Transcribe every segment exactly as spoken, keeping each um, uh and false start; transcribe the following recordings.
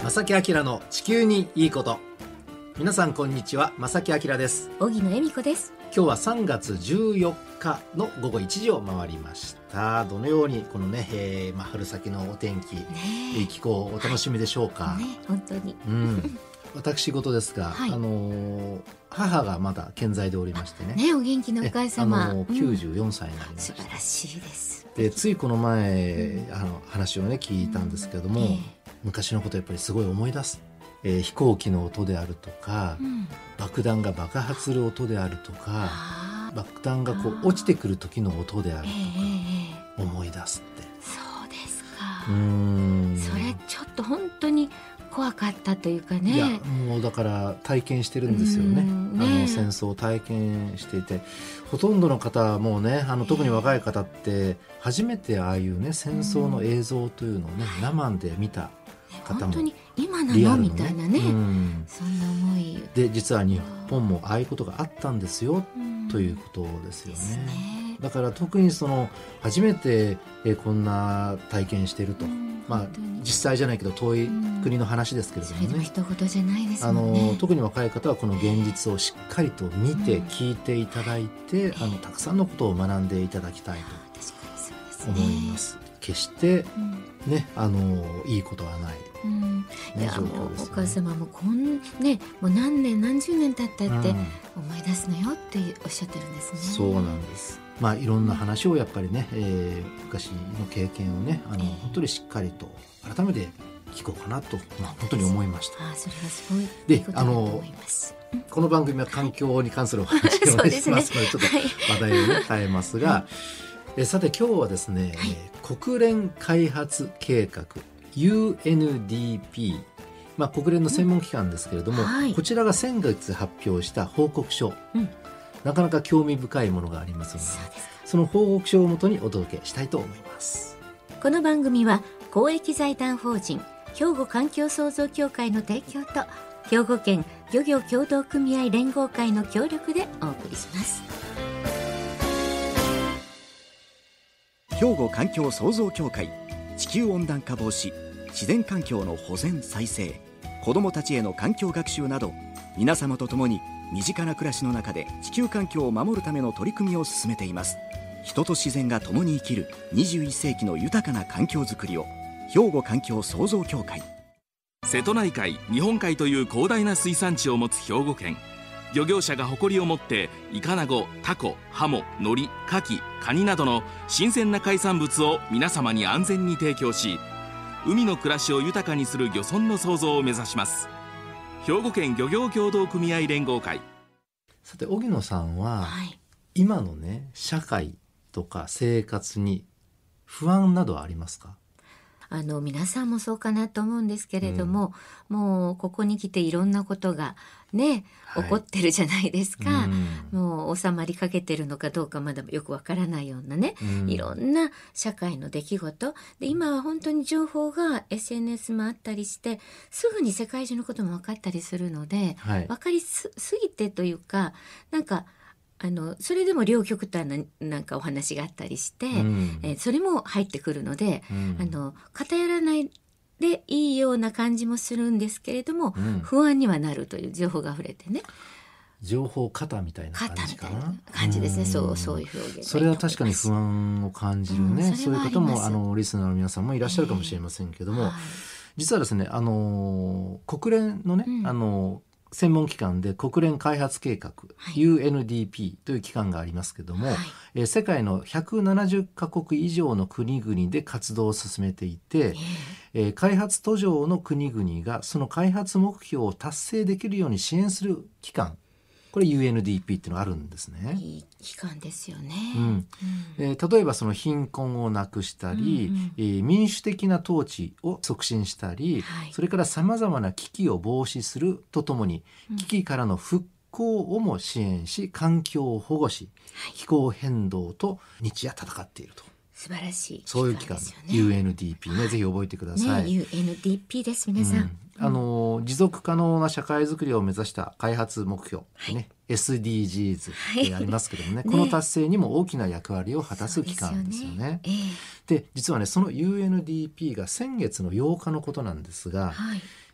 正木明の地球にいいこと。皆さんこんにちは、正木明です。 荻野恵美子です。 今日はさんがつじゅうよっかのごごいちじを回りました。どのようにこのね、えーまあ、春先のお天気、ね、気候お楽しみでしょうか、 ね、本当に、 うん私事ですが、はい、あのー、母がまだ健在でおりましてね。 ね、お元気のお母様、 あのー、きゅうじゅうよんさいになりました、 うん、素晴らしいです。 でついこの前、うん、あの話をね聞いたんですけれども、うんえー、昔のことやっぱりすごい思い出す、えー、飛行機の音であるとか、うん、爆弾が爆発する音であるとか、爆弾がこう落ちてくる時の音であるとか、えー、思い出すって。 そうですか。 うーんそれちょっと本当に怖かったというかね。 いやもうだから体験してるんですよね。ねあの戦争を体験していて、ほとんどの方はもうね、あの特に若い方って初めてああいうね戦争の映像というのをね、うん、生で見た方も本当に今なの、ね、みたいなね、うん、そんな思いで、実は日本もああいうことがあったんですよ、うん、ということですよ ね, ですね。だから特にその初めてえこんな体験していると、うん、まあ実際じゃないけど遠い国の話ですけれどもね、うん、 それでも一言じゃないですもんね。 あの特に若い方はこの現実をしっかりと見て、うん、聞いていただいて、うん、あのたくさんのことを学んでいただきたいと思います。決して、うん、ね、あのいいことはない、 うんね、いやもうお母様もこん、ね、もう何年何十年経ったって思い出すのよっておっしゃってるんですね、 うん、そうなんです。まあいろんな話をやっぱりね、えー、昔の経験をね、あの、えー、本当にしっかりと改めて聞こうかなと、まあ、本当に思いました。 あ、それはすごいいいことだと思います。 この番組は環境に関するお話を、ね、しますのでちょっと話題を、ね、変えますが、はいえさて今日はですね、はい、国連開発計画 ユーエヌディーピー、まあ、国連の専門機関ですけれども、うんはい、こちらが先月発表した報告書、うん、なかなか興味深いものがありますので、そうです。その報告書をもとにお届けしたいと思います。 この番組は公益財団法人兵庫環境創造協会の提供と兵庫県漁業協同組合連合会の協力でお送りします。 兵庫環境創造協会、地球温暖化防止、自然環境の保全再生、子どもたちへの環境学習など、皆様と共に身近な暮らしの中で地球環境を守るための取り組みを進めています。人と自然が共に生きるにじゅういっせいきの豊かな環境づくりを、兵庫環境創造協会。 瀬戸内海、日本海という広大な水産地を持つ兵庫県。漁業者が誇りを持ってイカナゴ、タコ、ハモ、ノリ、カキ、カニなどの新鮮な海産物を皆様に安全に提供し、海の暮らしを豊かにする漁村の創造を目指します。兵庫県漁業協同組合連合会。 さて荻野さんは、はい、今のね社会とか生活に不安などはありますか？ あの皆さんもそうかなと思うんですけれども、うん、もうここに来ていろんなことがね、はい、起こってるじゃないですか、うん、もう収まりかけてるのかどうかまだよくわからないようなね、うん、いろんな社会の出来事で、今は本当に情報が エスエヌエス もあったりしてすぐに世界中のことも分かったりするので、はい、分かり す, すぎてというか、なんかあのそれでも両極端ななんかお話があったりして、うんえー、それも入ってくるので、うん、あの偏らないでいいような感じもするんですけれども、うん、不安にはなるという情報が溢れてね、 情報過多みたいな感じかな、 みたいな感じですね、うん、そうそういう表現。 それは確かに不安を感じるね、うん、そ, そういう方もあのリスナーの皆さんもいらっしゃるかもしれませんけども、えーはい、実はですね、あの国連のね、うん、あの専門機関で国連開発計画、はい、ユーエヌディーピー という機関がありますけども、はいえー、世界のひゃくななじゅっかこく以上の国々で活動を進めていて、えー、開発途上の国々がその開発目標を達成できるように支援する機関、これ ユーエヌディーピー っていうのがあるんですね。 いい機関ですよね、 うんうんえー、例えばその貧困をなくしたり、うんうんえー、民主的な統治を促進したり、はい、それからさまざまな危機を防止するとともに、うん、危機からの復興をも支援し、環境を保護し、はい、気候変動と日夜戦っていると。 素晴らしい、ね、 そういう機関 ユーエヌディーピー ね、はい、ぜひ覚えてください、 ね、ユーエヌディーピー です皆さん、うんあの持続可能な社会づくりを目指した開発目標、はいね、エスディージーズ ってありますけどもね、はい、この達成にも大きな役割を果たす機関ですよね。で、ねえー、実はねその ユーエヌディーピー が先月のようかのことなんですが、はい、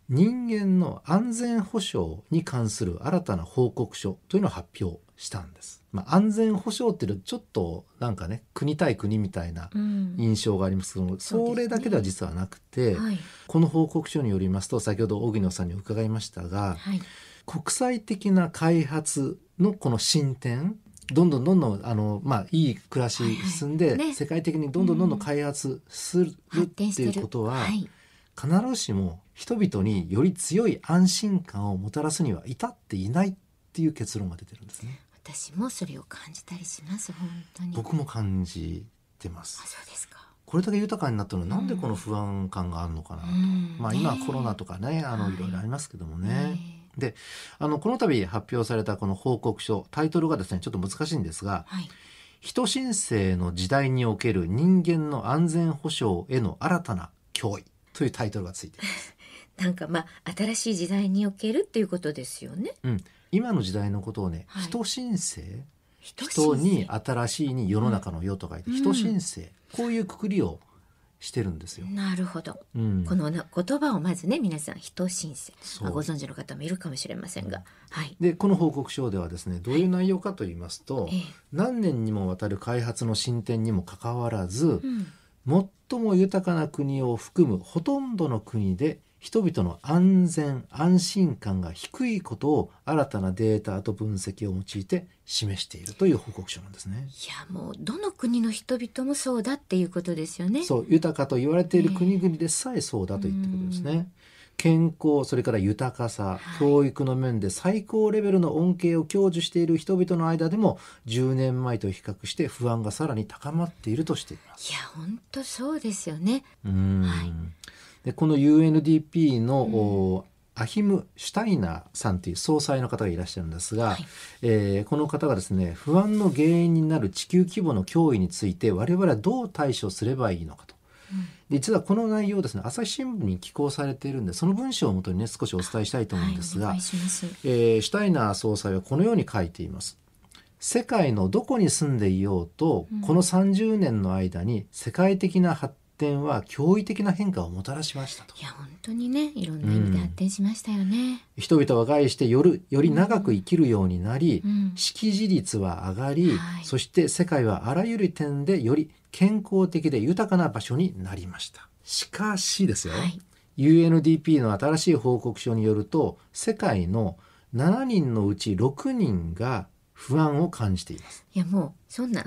人間の安全保障に関する新たな報告書というのを発表したんです。まあ、安全保障っていうのはちょっとなんかね、国対国みたいな印象がありますけども、うん、それだけでは実はなくて、はい、この報告書によりますと、先ほど荻野さんに伺いましたが、はい、国際的な開発のこの進展、どんどんどんどんあの、まあ、いい暮らし進んで、はいはいね、世界的にどんどんどんどん開発するっていうことは、はい、必ずしも人々により強い安心感をもたらすには至っていないっていう結論が出てるんですね。 私もそれを感じたりします。本当に僕も感じてます。 あ、そうですか。 これだけ豊かになったのはなんでこの不安感があるのかなと、うん、まあ、今はコロナとかね、あのいろいろありますけどもね、はい、であのこの度発表されたこの報告書、タイトルがですねちょっと難しいんですが、はい、人新世の時代における人間の安全保障への新たな脅威というタイトルがついていますなんかまあ新しい時代におけるっていうことですよね、 うん、今の時代のことをね、はい、人新世、人に新しいに世の中の世と書いて、うん、人新世、こういうくくりをしてるんですよ。 なるほど、うん、この言葉をまずね、皆さん人新世、まあ、ご存知の方もいるかもしれませんが、はい、 でこの報告書ではですね、どういう内容かと言いますと、はい、何年にもわたる開発の進展にもかかわらず、うん、最も豊かな国を含むほとんどの国で人々の安全安心感が低いことを新たなデータと分析を用いて示しているという報告書なんですね。 いや、もうどの国の人々もそうだっていうことですよね。 そう、豊かと言われている国々でさえそうだと言ってことですね、えー、健康、それから豊かさ、はい、教育の面で最高レベルの恩恵を享受している人々の間でもじゅうねんまえと比較して不安がさらに高まっているとしています。 いや、本当そうですよね。 うーん、はい、でこの ユーエヌディーピー の、うん、アヒム・シュタイナーさんという総裁の方がいらっしゃるんですが、はい、えー、この方がですね、不安の原因になる地球規模の脅威について我々はどう対処すればいいのかと、うん、実はこの内容ですね、朝日新聞に寄稿されているんで、その文章をもとにね少しお伝えしたいと思うんですが、はい、えー、シュタイナー総裁はこのように書いています。世界のどこに住んでいようと、うん、このさんじゅうねんの間に世界的な発展は驚異的な変化をもたらしましたと。 いや、本当にね、いろんな意味で発展しましたよね、うん、 人々は害してより、より長く生きるようになり、うん、識字率は上がり、はい、そして世界はあらゆる点でより健康的で豊かな場所になりました。しかしですよ、はい、ユーエヌディーピー の新しい報告書によると、世界のしちにんのうちろくにんが不安を感じています。 いや、もうそんな、うん、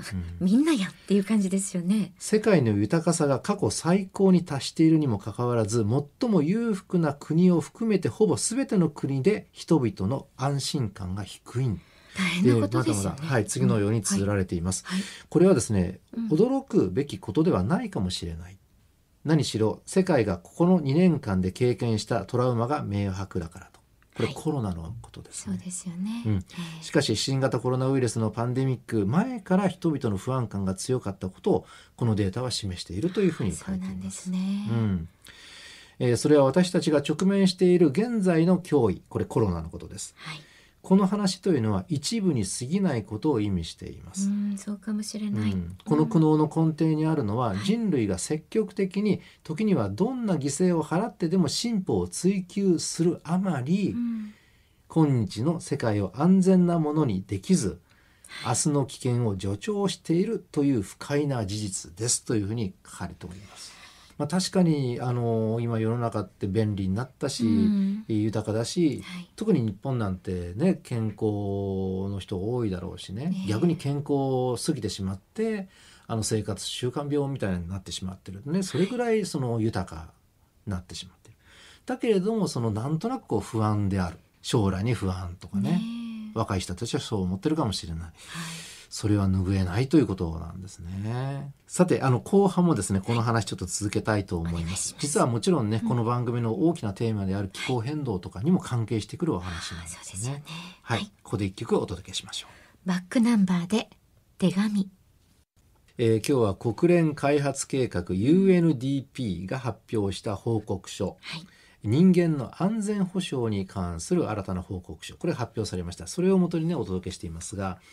みんなやっていう感じですよね。 世界の豊かさが過去最高に達しているにもかかわらず、最も裕福な国を含めてほぼ全ての国で人々の安心感が低い。 大変なことですよね。 まだまだ、はい、次のように綴られています、うんはい、これはですね、うん、驚くべきことではないかもしれない。何しろ世界がここのにねんかんで経験したトラウマが明白だからと。これコロナのことですね、 はい、そうですよね、 うん、しかし新型コロナウイルスのパンデミック前から人々の不安感が強かったことをこのデータは示しているというふうに書いています。そうなんですね、うん、えー、それは私たちが直面している現在の脅威、これコロナのことです、はい、この話というのは一部に過ぎないことを意味しています。 うん、そうかもしれない、うん、 この苦悩の根底にあるのは、人類が積極的に時にはどんな犠牲を払ってでも進歩を追求するあまり、うん、今日の世界を安全なものにできず、明日の危険を助長しているという不快な事実ですというふうに書かれております。まあ、確かにあの今世の中って便利になったし、うん、豊かだし、はい、特に日本なんてね、健康の人多いだろうし ね, ね逆に健康を過ぎてしまってあの生活習慣病みたいになってしまってるね、それぐらいその豊かになってしまってる。だけれどもそのなんとなくこう不安である、将来に不安とか ね, ね若い人たちはそう思ってるかもしれない、はい、それは拭えないということなんですね。さて、あの後半もですね、この話ちょっと続けたいと思います。はい、実はもちろんね、うん、この番組の大きなテーマである気候変動とかにも関係してくるお話なんですね。そうですよね。はい、はい、ここで一曲お届けしましょう。バックナンバーで手紙。 えー、今日は国連開発計画 ユーエヌディーピー が発表した報告書、はい、人間の安全保障に関する新たな報告書、これが発表されました。それをもとにねお届けしていますが、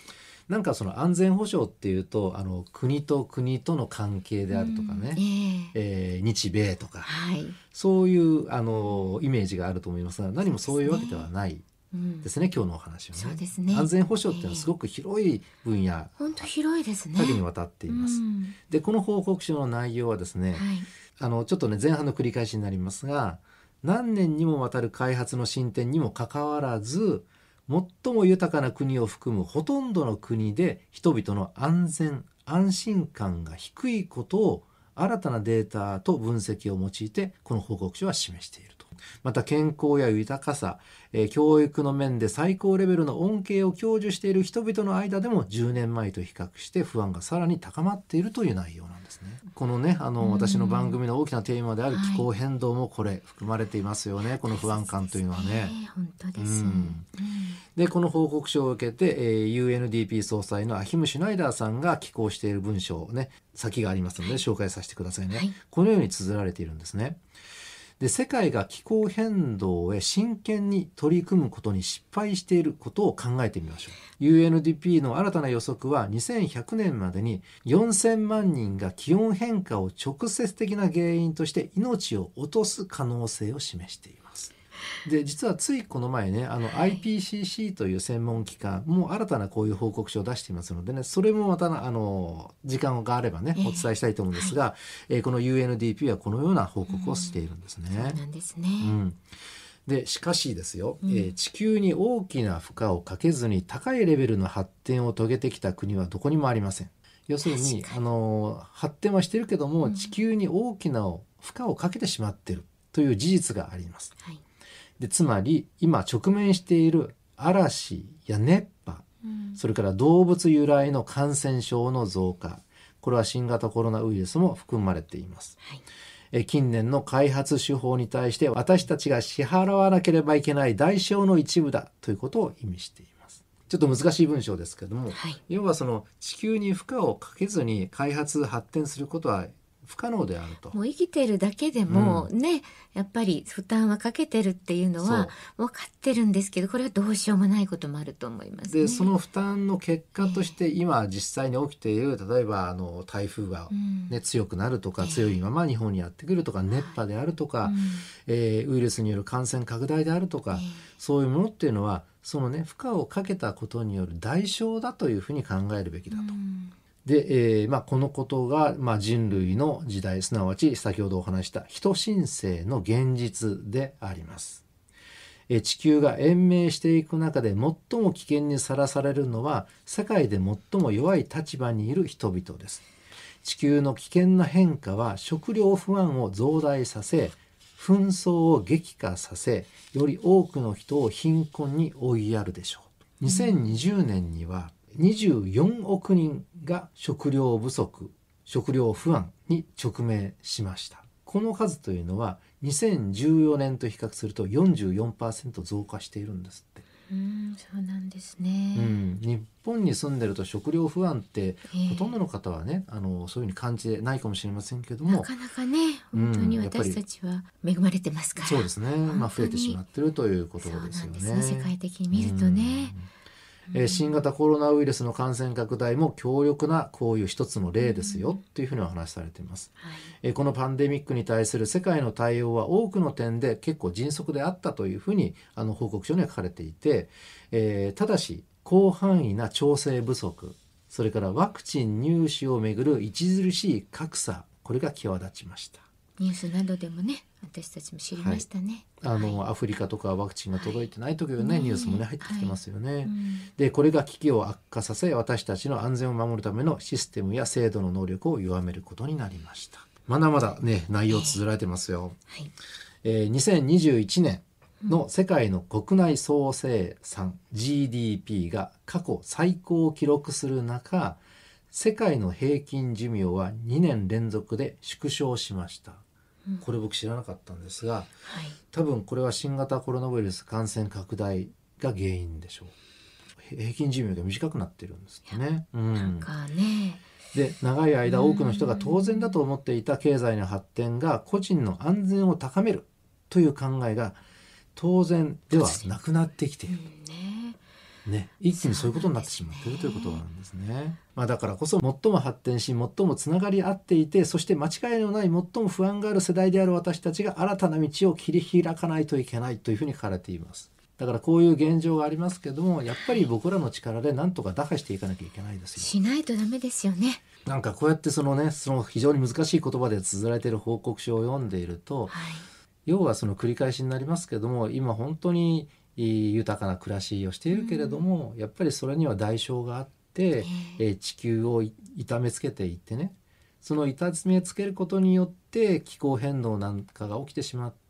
なんかその安全保障っていうとあの国と国との関係であるとかね、 うん、えーえー、日米とか、 はい、 そういうあのイメージがあると思いますが、何もそういうわけではないですね、うん、今日のお話はね。 そうですね、 安全保障っていうのはすごく広い分野、 本当広いですね、 多岐にわたっています、うん、でこの報告書の内容はですね、はい、あのちょっとね前半の繰り返しになりますが、何年にもわたる開発の進展にもかかわらず、最も豊かな国を含むほとんどの国で人々の安全安心感が低いことを新たなデータと分析を用いてこの報告書は示していると。また健康や豊かさ、えー、教育の面で最高レベルの恩恵を享受している人々の間でもじゅうねんまえと比較して不安がさらに高まっているという内容なんですね。このねあの私の番組の大きなテーマである気候変動もこれ含まれていますよね、はい、この不安感というのはね。 本当です、うん、 でこの報告書を受けて、えー、ユーエヌディーピー 総裁のアヒム・シュナイダーさんが寄稿している文章をね、先がありますので紹介させてくださいね、はい、このように綴られているんですね。で世界が気候変動へ真剣に取り組むことに失敗していることを考えてみましょう。 ユーエヌディーピー の新たな予測はにせんひゃくねんまでによんせんまんにんが気温変化を直接的な原因として命を落とす可能性を示しています。で実はついこの前ねあの アイピーシーシー という専門機関も新たなこういう報告書を出していますのでね、それもまたあの時間があればねお伝えしたいと思うんですが、えーはい、えー、この ユーエヌディーピー はこのような報告をしているんですね、 うん、そうなんですね、 うん、でしかしですよ、うんえー、地球に大きな負荷をかけずに高いレベルの発展を遂げてきた国はどこにもありません。要するにあの発展はしてるけども、うん、地球に大きな負荷をかけてしまっているという事実があります、はい。でつまり今直面している嵐や熱波、うん、それから動物由来の感染症の増加、これは新型コロナウイルスも含まれています、はい。え近年の開発手法に対して私たちが支払わなければいけない代償の一部だということを意味しています。ちょっと難しい文章ですけども、はい、要はその地球に負荷をかけずに開発発展することは不可能であると。 もう生きてるだけでもね、うん、やっぱり負担はかけてるっていうのは分かってるんですけど、これはどうしようもないこともあると思いますね。 でその負担の結果として今実際に起きている、例えばあの台風が、ねうん、強くなるとか、強いまま日本にやってくるとか、熱波であるとか、うんえー、ウイルスによる感染拡大であるとか、そういうものっていうのはそのね負荷をかけたことによる代償だというふうに考えるべきだと、うんでえーまあ、このことが、まあ、人類の時代、すなわち先ほどお話した人新世の現実であります。えー、地球が延命していく中で最も危険にさらされるのは世界で最も弱い立場にいる人々です。地球の危険な変化は食料不安を増大させ、紛争を激化させ、より多くの人を貧困に追いやるでしょう。にせんにじゅうねんにはにじゅうよんおくにんが食料不足、食料不安に直面しました。この数というのはにせんじゅうよねんと比較すると よんじゅうよんパーセント 増加しているんですって。 うーん、そうなんですね、 うん、日本に住んでると食料不安って、えー、ほとんどの方はねあのそういうふうに感じてないかもしれませんけども、 なかなかね本当に私たちは恵まれてますから、 うん、そうですね、まあ、増えてしまっているということですよね。 そうなんですね、世界的に見るとね、 うんえー、新型コロナウイルスの感染拡大も強力なこういう一つの例ですよというふうにお話しされています、はいえー、このパンデミックに対する世界の対応は多くの点で結構迅速であったというふうにあの報告書には書かれていて、えー、ただし広範囲な調整不足、それからワクチン入手をめぐる著しい格差、これが際立ちました。 ニュースなどでもね私たちも知りましたね、 はい、あの、はい、アフリカとかワクチンが届いてないというね、はい、ニュースもね入ってきてますよね、はいうん、でこれが危機を悪化させ私たちの安全を守るためのシステムや制度の能力を弱めることになりました。まだまだね内容綴られてますよ、えーはいえー、にせんにじゅういちねんの世界の国内総生産 ジーディーピー が過去最高を記録する中、世界の平均寿命はにねん連続で縮小しました。これ僕知らなかったんですが、はい、多分これは新型コロナウイルス感染拡大が原因でしょう。平均寿命が短くなってるんですね、うん、 なんかねで長い間多くの人が当然だと思っていた経済の発展が個人の安全を高めるという考えが当然ではなくなってきている、うんねね、一気にそういうことになってしまっているということなんですね。まあ、だからこそ最も発展し最もつながり合っていて、そして間違いのない最も不安がある世代である私たちが新たな道を切り開かないといけないというふうに書かれています。だからこういう現状がありますけども、やっぱり僕らの力で何とか打破していかなきゃいけないですよ。 しないとダメですよね。 なんかこうやってそのね、その非常に難しい言葉で綴られている報告書を読んでいると、はい、要はその繰り返しになりますけども、今本当に豊かな暮らしをしているけれども、うん、やっぱりそれには代償があって、えー、地球を痛めつけていってね、その痛めつけることによって気候変動なんかが起きてしまって、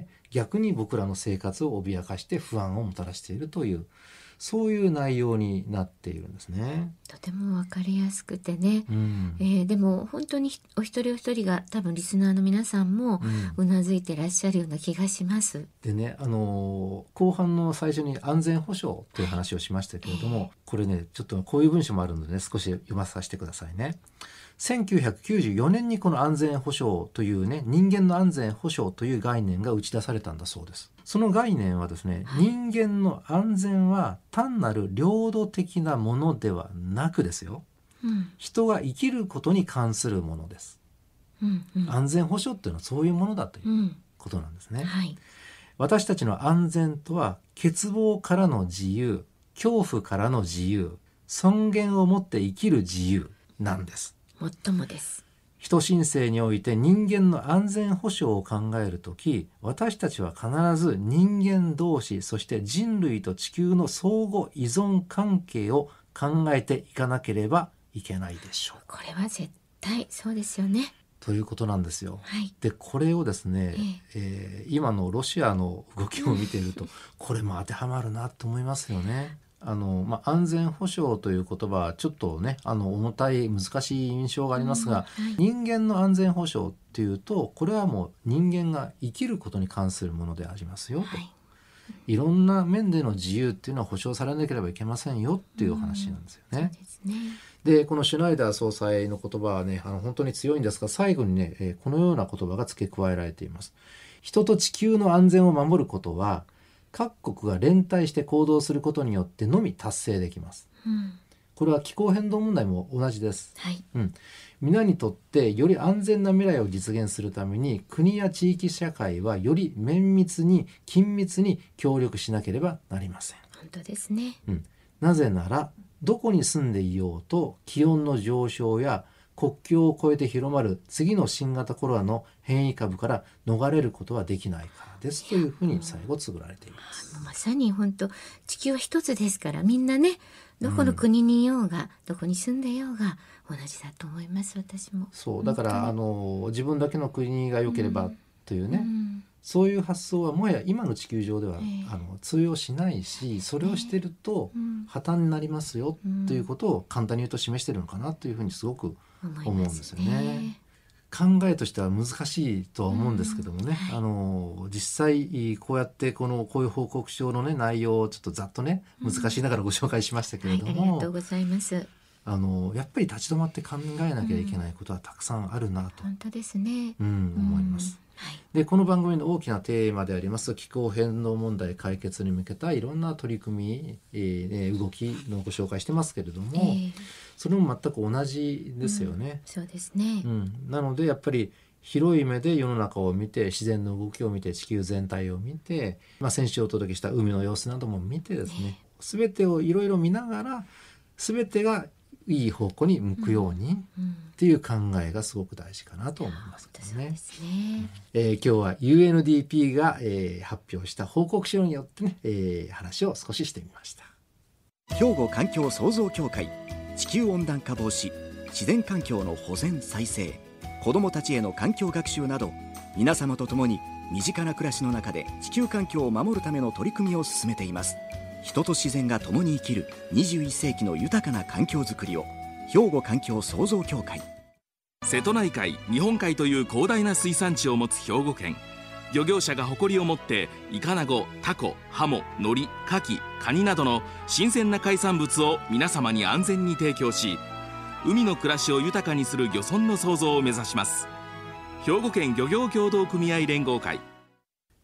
逆に僕らの生活を脅かして不安をもたらしているという、そういう内容になっているんですね。 とても分かりやすくてね、うんえー、でも本当にお一人お一人が多分リスナーの皆さんもうなずいてらっしゃるような気がします、うん、 でね、あのー、後半の最初に安全保障という話をしましたけれども、はい、これねちょっとこういう文章もあるのでね、少し読まさせてくださいね。せんきゅうひゃくきゅうじゅうよねんにこの安全保障というね、人間の安全保障という概念が打ち出されたんだそうです。その概念はですね、はい、人間の安全は単なる領土的なものではなくですよ、うん、人が生きることに関するものです、うんうん、安全保障っていうのはそういうものだということなんですね、うんはい、私たちの安全とは欠乏からの自由、恐怖からの自由、尊厳を持って生きる自由なんです。 もっともです。 人申請において人間の安全保障を考えるとき、私たちは必ず人間同士、そして人類と地球の相互依存関係を考えていかなければいけないでしょう。 これは絶対そうですよね。 ということなんですよ、 はい、 でこれをですね、えええー、今のロシアの動きを見ているとこれも当てはまるなと思いますよね。あのまあ、安全保障という言葉はちょっとね、あの重たい難しい印象がありますが、うんはい、人間の安全保障っていうと、これはもう人間が生きることに関するものでありますよと、はい、いろんな面での自由っていうのは保障されなければいけませんよっていうお話なんですよね。うん、そうですね。でこのシュナイダー総裁の言葉はね、あの本当に強いんですが、最後にね、えー、このような言葉が付け加えられています。人と地球の安全を守ることは各国が連帯して行動することによってのみ達成できます、うん、これは気候変動問題も同じです、はいうん、皆にとってより安全な未来を実現するために、国や地域社会はより綿密に緊密に協力しなければなりません。 本当ですね、 うん、なぜならどこに住んでいようと気温の上昇や国境を越えて広まる次の新型コロナの変異株から逃れることはできないからですというふうに最後綴られています。 まさに本当地球は一つですから、みんなね、どこの国にいようが、うん、どこに住んでいようが同じだと思います。私もそうだからあの自分だけの国が良ければというね、うん、そういう発想はもはや今の地球上では、えー、あの通用しないし、それをしてると破綻になりますよということを簡単に言うと示しているのかなというふうにすごく思うんですよね。考えとしては難しいとは思うんですけどもね、うんはい、あの実際こうやってこのこういう報告書の、ね、内容をちょっとざっとね難しいながらご紹介しましたけれども、うんはい、ありがとうございます。あのやっぱり立ち止まって考えなきゃいけないことはたくさんあるなと、 うん、本当ですね、 うん、思います、うんはい、でこの番組の大きなテーマであります気候変動問題解決に向けたいろんな取り組み、えー、動きのご紹介してますけれども、えー、それも全く同じですよね、 うん、そうですね、 うん、なのでやっぱり広い目で世の中を見て、自然の動きを見て、地球全体を見て、まあ、先週お届けした海の様子なども見てですね、すべてをいろいろ見ながら全てがいい方向に向くようにっていう考えがすごく大事かなと思いますけどね。えー、今日は ユーエヌディーピー が、えー、発表した報告書によってね、えー、話を少ししてみました。 兵庫環境創造協会、地球温暖化防止、自然環境の保全再生、子どもたちへの環境学習など、皆様と共に身近な暮らしの中で地球環境を守るための取り組みを進めています。人と自然が共に生きるにじゅういっ世紀の豊かな環境づくりを、兵庫環境創造協会。 瀬戸内海、日本海という広大な水産地を持つ兵庫県。漁業者が誇りを持ってイカナゴ、タコ、ハモ、ノリ、カキ、カニなどの新鮮な海産物を皆様に安全に提供し、海の暮らしを豊かにする漁村の創造を目指します。兵庫県漁業協同組合連合会。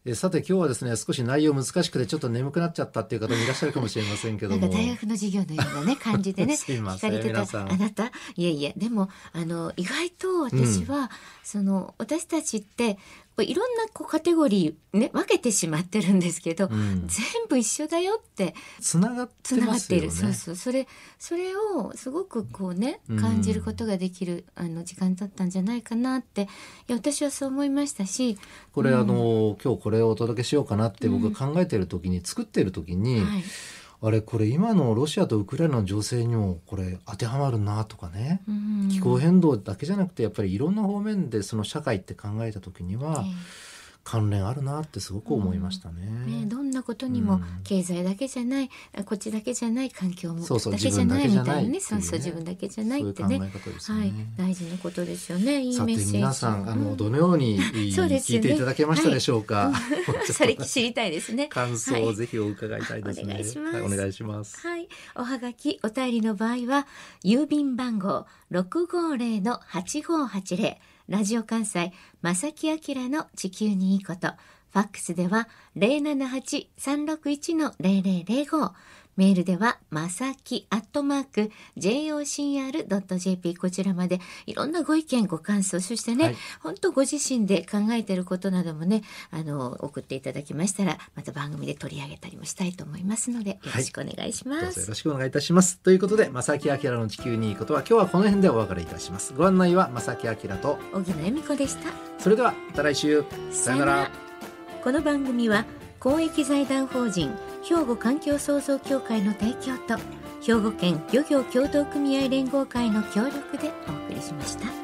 えさて今日はですね、少し内容難しくてちょっと眠くなっちゃったっていう方もいらっしゃるかもしれませんけども、 なんか大学の授業のようなね感じでねすいません聞かれて皆さんたあなた、いやいやでもあの意外と私は、うん、その私たちっていろんなこうカテゴリー、ね、分けてしまってるんですけど、うん、全部一緒だよってつながってますよね。 そうそう、それそれをすごくこうね感じることができる、うん、あの時間だったんじゃないかなって、いや私はそう思いましたし、 これ、 うん、 あの今日これをお届けしようかなって僕が考えてる時に、うん、作ってる時に、はい、あれこれ今のロシアとウクライナの情勢にもこれ当てはまるなとかね、うん、気候変動だけじゃなくてやっぱりいろんな方面でその社会って考えた時には、えー関連あるなってすごく思いましたね。 うんね、どんなことにも経済だけじゃない、うん、こっちだけじゃない環境もそうそうだけじゃないみたいなね、 そうそう自分だけじゃないってね、 そういう考え方ですよね。 はい、大事なことですよね。いいメッセージ。 さて皆さんあのどのように、うん、聞いていただけましたでしょうか。はい、 それ知りたいですね。 感想をぜひお伺いたいですね。 はい、お願いします。 はい、お願いします。 はい、おはがきお便りの場合は郵便番号 ろくごーぜろのはちごーはちぜろ ラジオ関西正木明の地球にいいこと。ファックスでは ゼロななはちさんろくいちのゼロゼロゼロご、メールではまさきアットマーク ジェイオーシーアールドットジェーピー こちらまでいろんなご意見ご感想、そしてね、はい、本当ご自身で考えていることなどもねあの送っていただきましたらまた番組で取り上げたりもしたいと思いますのでよろしくお願いします。はい、 どうぞよろしくお願いいたします。ということで正木明の地球にいいことは今日はこの辺でお別れいたします。ご案内は正木明と荻野恵美子でした。 それではまた来週、さよなら。 この番組は公益財団法人兵庫環境創造協会の提供と兵庫県漁業協同組合連合会の協力でお送りしました。